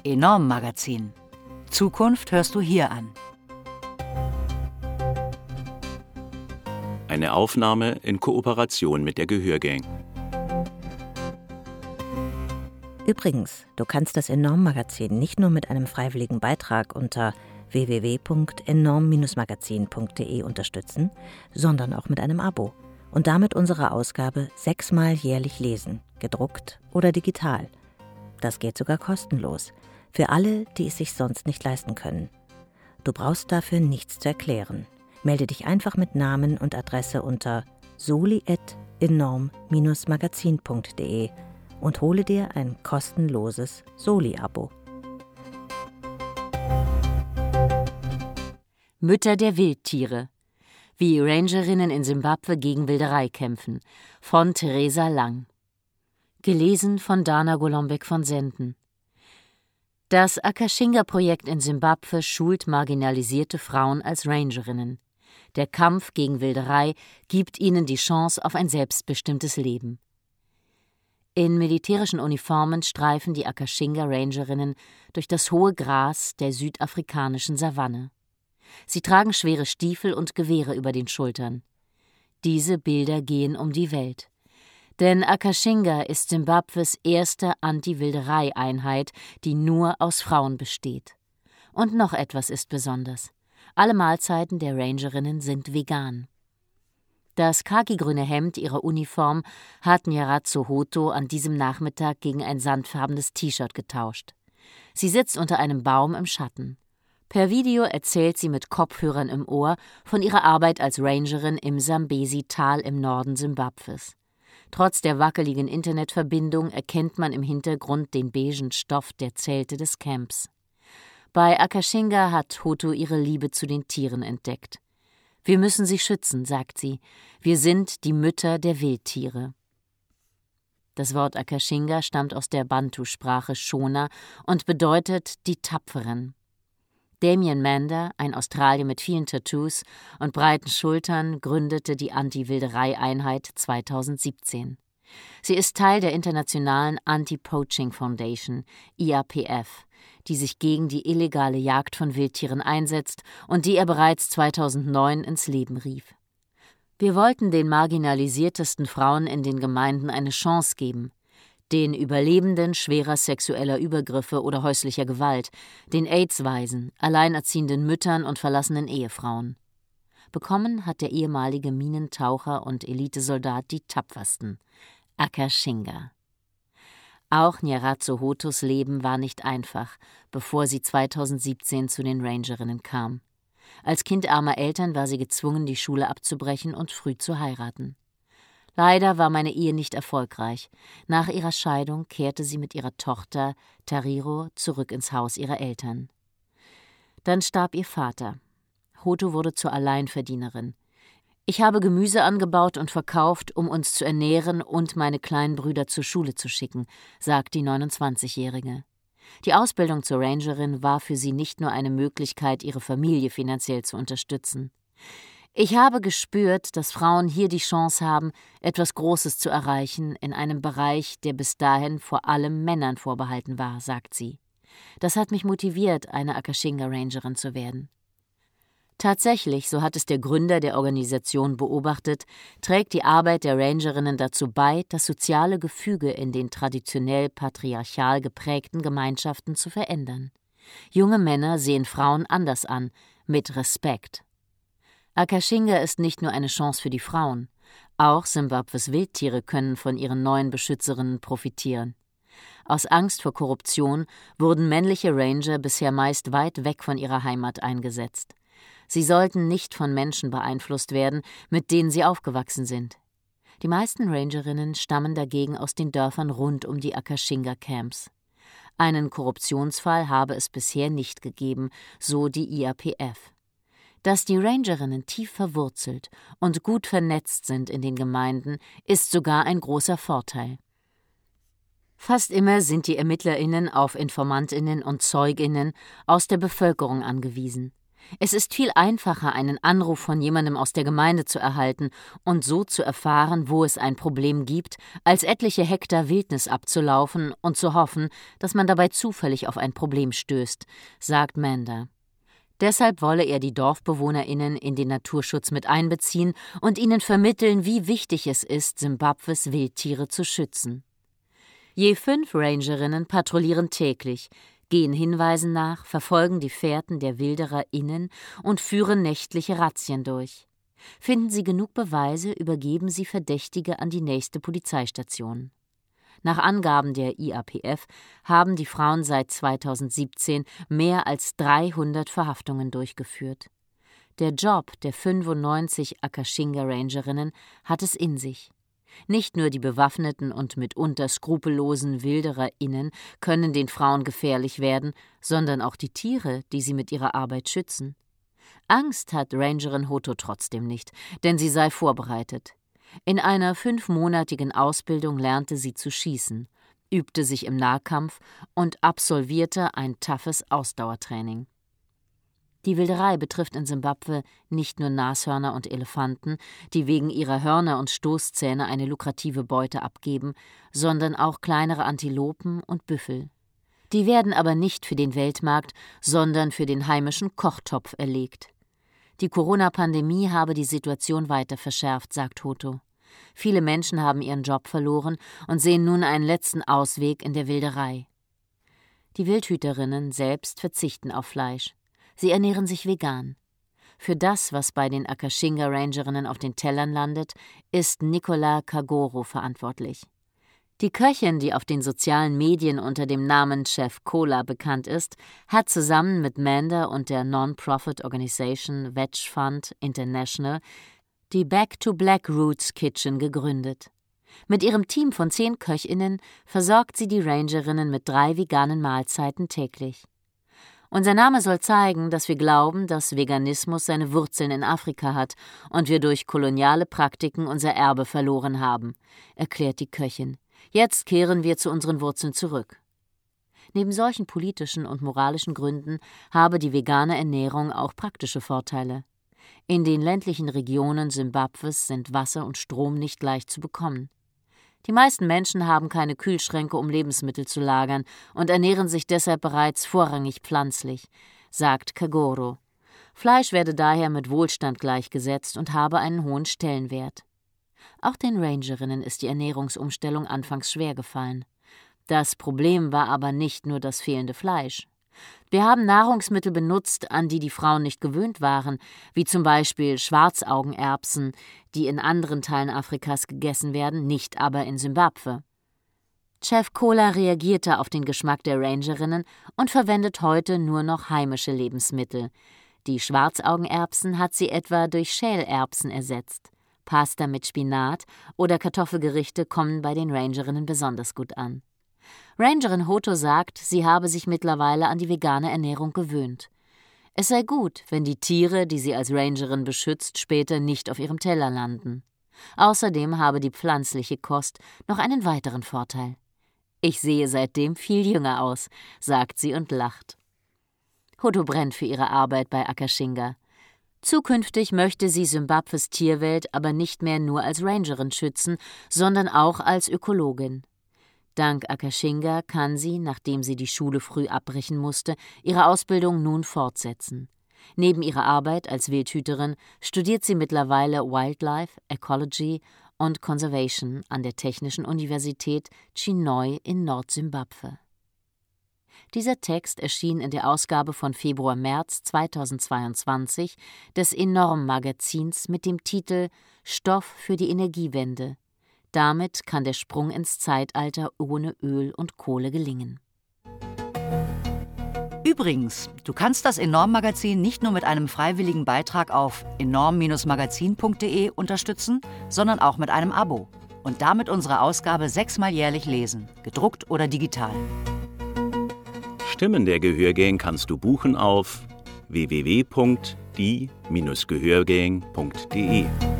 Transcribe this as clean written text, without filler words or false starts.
Enorm Magazin. Zukunft hörst du hier an. Eine Aufnahme in Kooperation mit der Gehörgang. Übrigens, du kannst das Enorm-Magazin nicht nur mit einem freiwilligen Beitrag unter www.enorm-magazin.de unterstützen, sondern auch mit einem Abo und damit unsere Ausgabe 6-mal jährlich lesen, gedruckt oder digital. Das geht sogar kostenlos, für alle, die es sich sonst nicht leisten können. Du brauchst dafür nichts zu erklären. Melde dich einfach mit Namen und Adresse unter soli@enorm-magazin.de und hole dir ein kostenloses Soli-Abo. Mütter der Wildtiere. Wie Rangerinnen in Simbabwe gegen Wilderei kämpfen. Von Theresa Lang. Gelesen von Dana Golombek von Senden. Das Akashinga-Projekt in Simbabwe schult marginalisierte Frauen als Rangerinnen. Der Kampf gegen Wilderei gibt ihnen die Chance auf ein selbstbestimmtes Leben. In militärischen Uniformen streifen die Akashinga-Rangerinnen durch das hohe Gras der südafrikanischen Savanne. Sie tragen schwere Stiefel und Gewehre über den Schultern. Diese Bilder gehen um die Welt. Denn Akashinga ist Simbabwes erste Anti-Wilderei-Einheit, die nur aus Frauen besteht. Und noch etwas ist besonders. Alle Mahlzeiten der Rangerinnen sind vegan. Das khakigrüne Hemd ihrer Uniform hat Nyaratso Hoto an diesem Nachmittag gegen ein sandfarbenes T-Shirt getauscht. Sie sitzt unter einem Baum im Schatten. Per Video erzählt sie mit Kopfhörern im Ohr von ihrer Arbeit als Rangerin im Sambesi-Tal im Norden Simbabwes. Trotz der wackeligen Internetverbindung erkennt man im Hintergrund den beigen Stoff der Zelte des Camps. Bei Akashinga hat Hoto ihre Liebe zu den Tieren entdeckt. Wir müssen sie schützen, sagt sie. Wir sind die Mütter der Wildtiere. Das Wort Akashinga stammt aus der Bantu-Sprache Shona und bedeutet die Tapferen. Damien Mander, ein Australier mit vielen Tattoos und breiten Schultern, gründete die Anti-Wilderei-Einheit 2017. Sie ist Teil der internationalen Anti-Poaching Foundation, IAPF, die sich gegen die illegale Jagd von Wildtieren einsetzt und die er bereits 2009 ins Leben rief. Wir wollten den marginalisiertesten Frauen in den Gemeinden eine Chance geben. Den Überlebenden schwerer sexueller Übergriffe oder häuslicher Gewalt, den AIDS-Waisen, alleinerziehenden Müttern und verlassenen Ehefrauen. Bekommen hat der ehemalige Minentaucher und Elitesoldat die tapfersten, Akashinga. Auch Nyaratso Hotos Leben war nicht einfach, bevor sie 2017 zu den Rangerinnen kam. Als Kind armer Eltern war sie gezwungen, die Schule abzubrechen und früh zu heiraten. Leider war meine Ehe nicht erfolgreich. Nach ihrer Scheidung kehrte sie mit ihrer Tochter Tariro zurück ins Haus ihrer Eltern. Dann starb ihr Vater. Hoto wurde zur Alleinverdienerin. Ich habe Gemüse angebaut und verkauft, um uns zu ernähren und meine kleinen Brüder zur Schule zu schicken, sagt die 29-Jährige. Die Ausbildung zur Rangerin war für sie nicht nur eine Möglichkeit, ihre Familie finanziell zu unterstützen. Ich habe gespürt, dass Frauen hier die Chance haben, etwas Großes zu erreichen in einem Bereich, der bis dahin vor allem Männern vorbehalten war, sagt sie. Das hat mich motiviert, eine Akashinga-Rangerin zu werden. Tatsächlich, so hat es der Gründer der Organisation beobachtet, trägt die Arbeit der Rangerinnen dazu bei, das soziale Gefüge in den traditionell patriarchal geprägten Gemeinschaften zu verändern. Junge Männer sehen Frauen anders an, mit Respekt. Akashinga ist nicht nur eine Chance für die Frauen. Auch Simbabwes Wildtiere können von ihren neuen Beschützerinnen profitieren. Aus Angst vor Korruption wurden männliche Ranger bisher meist weit weg von ihrer Heimat eingesetzt. Sie sollten nicht von Menschen beeinflusst werden, mit denen sie aufgewachsen sind. Die meisten Rangerinnen stammen dagegen aus den Dörfern rund um die Akashinga-Camps. Einen Korruptionsfall habe es bisher nicht gegeben, so die IAPF. Dass die Rangerinnen tief verwurzelt und gut vernetzt sind in den Gemeinden, ist sogar ein großer Vorteil. Fast immer sind die ErmittlerInnen auf InformantInnen und ZeugInnen aus der Bevölkerung angewiesen. Es ist viel einfacher, einen Anruf von jemandem aus der Gemeinde zu erhalten und so zu erfahren, wo es ein Problem gibt, als etliche Hektar Wildnis abzulaufen und zu hoffen, dass man dabei zufällig auf ein Problem stößt, sagt Manda. Deshalb wolle er die DorfbewohnerInnen in den Naturschutz mit einbeziehen und ihnen vermitteln, wie wichtig es ist, Simbabwes Wildtiere zu schützen. Je 5 Rangerinnen patrouillieren täglich, gehen Hinweisen nach, verfolgen die Fährten der WildererInnen und führen nächtliche Razzien durch. Finden sie genug Beweise, übergeben sie Verdächtige an die nächste Polizeistation. Nach Angaben der IAPF haben die Frauen seit 2017 mehr als 300 Verhaftungen durchgeführt. Der Job der 95 Akashinga-Rangerinnen hat es in sich. Nicht nur die bewaffneten und mitunter skrupellosen WildererInnen können den Frauen gefährlich werden, sondern auch die Tiere, die sie mit ihrer Arbeit schützen. Angst hat Rangerin Hoto trotzdem nicht, denn sie sei vorbereitet. In einer 5-monatigen Ausbildung lernte sie zu schießen, übte sich im Nahkampf und absolvierte ein toughes Ausdauertraining. Die Wilderei betrifft in Simbabwe nicht nur Nashörner und Elefanten, die wegen ihrer Hörner und Stoßzähne eine lukrative Beute abgeben, sondern auch kleinere Antilopen und Büffel. Die werden aber nicht für den Weltmarkt, sondern für den heimischen Kochtopf erlegt. Die Corona-Pandemie habe die Situation weiter verschärft, sagt Hoto. Viele Menschen haben ihren Job verloren und sehen nun einen letzten Ausweg in der Wilderei. Die Wildhüterinnen selbst verzichten auf Fleisch. Sie ernähren sich vegan. Für das, was bei den Akashinga-Rangerinnen auf den Tellern landet, ist Nicola Kagoro verantwortlich. Die Köchin, die auf den sozialen Medien unter dem Namen Chef Cola bekannt ist, hat zusammen mit Manda und der Non-Profit-Organisation Veg Fund International die Back to Black Roots Kitchen gegründet. Mit ihrem Team von 10 KöchInnen versorgt sie die Rangerinnen mit 3 veganen Mahlzeiten täglich. Unser Name soll zeigen, dass wir glauben, dass Veganismus seine Wurzeln in Afrika hat und wir durch koloniale Praktiken unser Erbe verloren haben, erklärt die Köchin. Jetzt kehren wir zu unseren Wurzeln zurück. Neben solchen politischen und moralischen Gründen habe die vegane Ernährung auch praktische Vorteile. In den ländlichen Regionen Simbabwes sind Wasser und Strom nicht leicht zu bekommen. Die meisten Menschen haben keine Kühlschränke, um Lebensmittel zu lagern und ernähren sich deshalb bereits vorrangig pflanzlich, sagt Kagoro. Fleisch werde daher mit Wohlstand gleichgesetzt und habe einen hohen Stellenwert. Auch den Rangerinnen ist die Ernährungsumstellung anfangs schwer gefallen. Das Problem war aber nicht nur das fehlende Fleisch. Wir haben Nahrungsmittel benutzt, an die Frauen nicht gewöhnt waren, wie zum Beispiel Schwarzaugenerbsen, die in anderen Teilen Afrikas gegessen werden, nicht aber in Simbabwe. Chef Cola reagierte auf den Geschmack der Rangerinnen und verwendet heute nur noch heimische Lebensmittel. Die Schwarzaugenerbsen hat sie etwa durch Schälerbsen ersetzt. Pasta mit Spinat oder Kartoffelgerichte kommen bei den Rangerinnen besonders gut an. Rangerin Hoto sagt, sie habe sich mittlerweile an die vegane Ernährung gewöhnt. Es sei gut, wenn die Tiere, die sie als Rangerin beschützt, später nicht auf ihrem Teller landen. Außerdem habe die pflanzliche Kost noch einen weiteren Vorteil. Ich sehe seitdem viel jünger aus, sagt sie und lacht. Hoto brennt für ihre Arbeit bei Akashinga. Zukünftig möchte sie Simbabwes Tierwelt aber nicht mehr nur als Rangerin schützen, sondern auch als Ökologin. Dank Akashinga kann sie, nachdem sie die Schule früh abbrechen musste, ihre Ausbildung nun fortsetzen. Neben ihrer Arbeit als Wildhüterin studiert sie mittlerweile Wildlife, Ecology und Conservation an der Technischen Universität Chinhoyi in Nordsimbabwe. Dieser Text erschien in der Ausgabe von Februar-März 2022 des Enorm-Magazins mit dem Titel »Stoff für die Energiewende«. Damit kann der Sprung ins Zeitalter ohne Öl und Kohle gelingen. Übrigens, du kannst das Enorm-Magazin nicht nur mit einem freiwilligen Beitrag auf enorm-magazin.de unterstützen, sondern auch mit einem Abo und damit unsere Ausgabe 6-mal jährlich lesen, gedruckt oder digital. Stimmen der Gehörgang kannst du buchen auf www.die-gehörgang.de.